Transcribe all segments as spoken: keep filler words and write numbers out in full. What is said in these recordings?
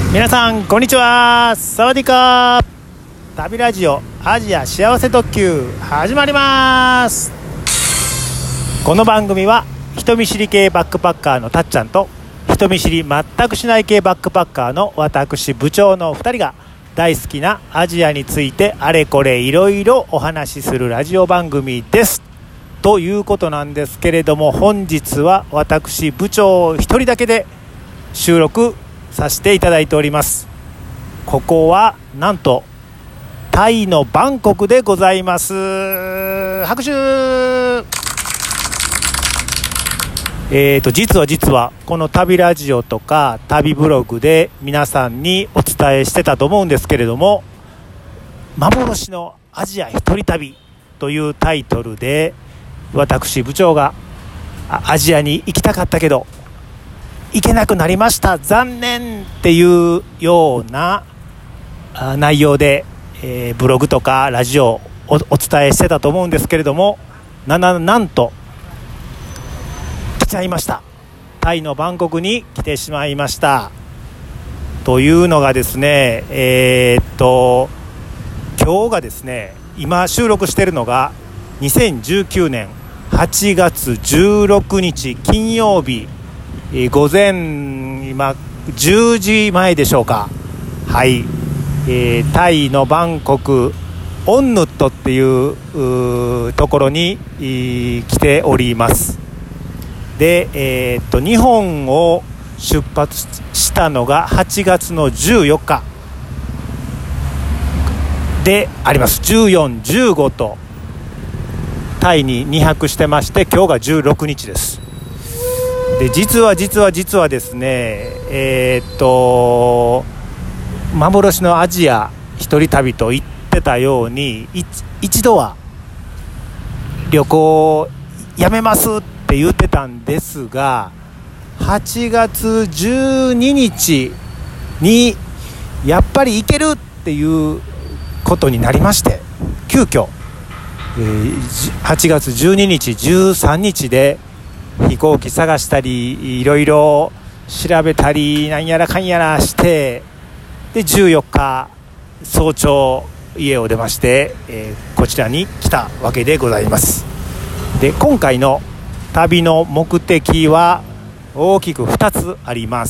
皆さんこんにちは、サワディーカー。旅ラジオアジア幸せ特急始まります。この番組は人見知り系バックパッカーのたっちゃんと人見知り全くしない系バックパッカーの私部長のふたりが大好きなアジアについてあれこれいろいろお話しするラジオ番組です。ということなんですけれども、本日は私部長一人だけで収録させていただいております。ここはなんとタイのバンコクでございます。拍手。えーと実は実はこの旅ラジオとか旅ブログで皆さんにお伝えしてたと思うんですけれども、幻のアジア一人旅というタイトルで私部長がアジアに行きたかったけど行けなくなりました、残念っていうような内容で、えー、ブログとかラジオを お, お伝えしてたと思うんですけれども、な, な, なんと来ちゃいました。タイのバンコクに来てしまいました。というのがですね、えー、っと今日がですね、今収録しているのがにせんじゅうきゅうねんはちがつじゅうろくにち金曜日、えー、午前今じゅうじまえでしょうか。はい、えー、タイのバンコクオンヌットっていうところに、えー、来ております。で、えー、っと日本を出発したのがはちがつのじゅうよっかであります。じゅうよん、じゅうごとタイににはくしてまして、今日がじゅうろくにちです。で実は実は実はですね、えー、っと幻のアジア一人旅と言ってたように一度は旅行やめますって言ってたんですが、はちがつじゅうににちにやっぱり行けるっていうことになりまして、急遽、えー、はちがつじゅうににちじゅうさんにちで飛行機探したりいろいろ調べたりなんやらかんやらして、でじゅうよっか早朝家を出まして、えー、こちらに来たわけでございます。で今回の旅の目的は大きくふたつあります。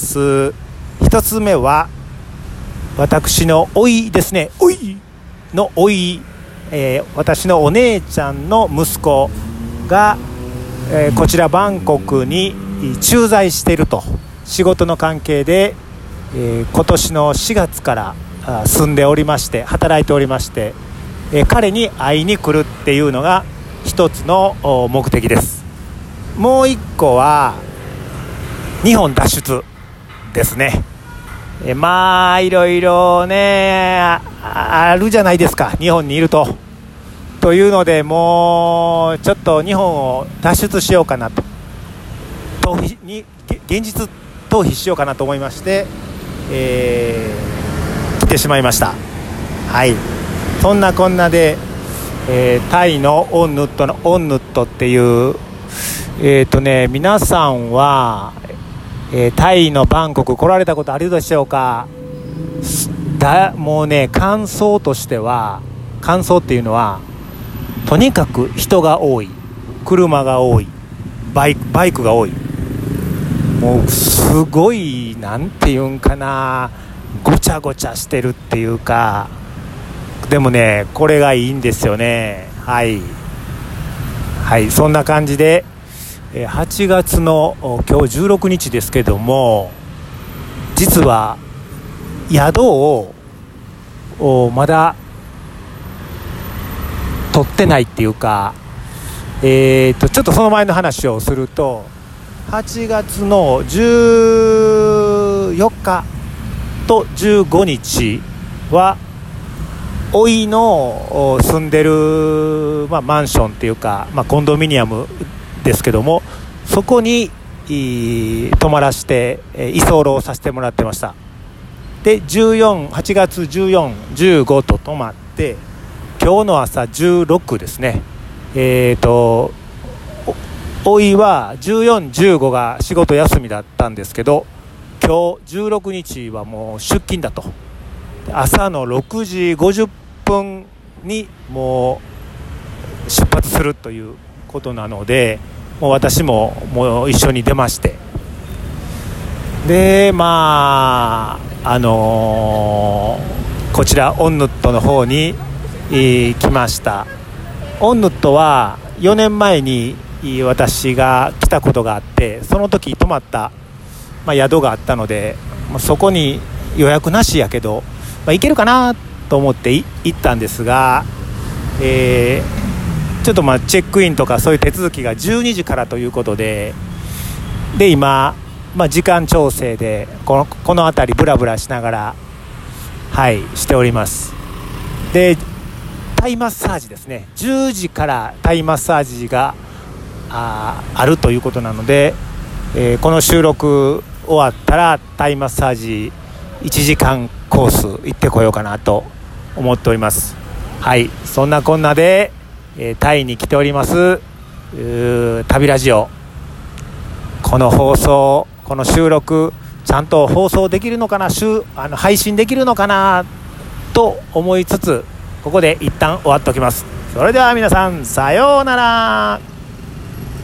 ひとつめは私のおいですね、おいのおい、えー、私のお姉ちゃんの息子が、えー、こちらバンコクに駐在していると、仕事の関係で、えー、今年のしがつから住んでおりまして働いておりまして、えー、彼に会いに来るっていうのが一つの目的です。もう一個は日本脱出ですね。えー、まあいろいろね あ, あるじゃないですか、日本にいると。というのでもうちょっと日本を脱出しようかなと、逃避に現実逃避しようかなと思いまして、えー、来てしまいました。はい、そんなこんなで、えー、タイのオンヌットのオンヌットっていうえーとね皆さんは、えー、タイのバンコク来られたことあるでしょうか。だもうね感想としては、感想っていうのはとにかく人が多い、車が多い、バイク、バイクが多い、もうすごいなんていうんかな、ごちゃごちゃしてるっていうか、でもねこれがいいんですよね。はいはい、そんな感じではちがつの今日じゅうろくにちですけども、実は宿をまだ取ってないっていうか、えー、とちょっとその前の話をすると、はちがつのじゅうよっかとじゅうごにちはおいの住んでる、まあ、マンションっていうか、まあ、コンドミニアムですけども、そこに泊まらせて居候させてもらってました。でじゅうよん、はちがつじゅうよん、じゅうごと泊まって、今日の朝じゅうろくですね、えーとおいはじゅうよん、じゅうごが仕事休みだったんですけど、今今日じゅうろくにちはもう出勤だと、朝のろくじごじゅっぷんにもう出発するということなので、もう私ももう一緒に出まして、でまああのー、こちらオンヌットの方に、えー、来ました。オンヌットはよねんまえに私が来たことがあって、その時泊まった、まあ、宿があったので、まあ、そこに予約なしやけど、まあ、行けるかなと思って行ったんですが、えー、ちょっとまあチェックインとかそういう手続きがじゅうにじからということで、で今、まあ、時間調整でこの、この辺りブラブラしながらはいしております。でタイマッサージですね、じゅうじからタイマッサージが あ, あるということなので、えー、この収録終わったらタイマッサージいちじかんコース行ってこようかなと思っております。はい、そんなこんなで、えー、タイに来ております旅ラジオ、この放送この収録ちゃんと放送できるのかな、週あの配信できるのかなと思いつつ、ここで一旦終わっておきます。それでは皆さんさようなら。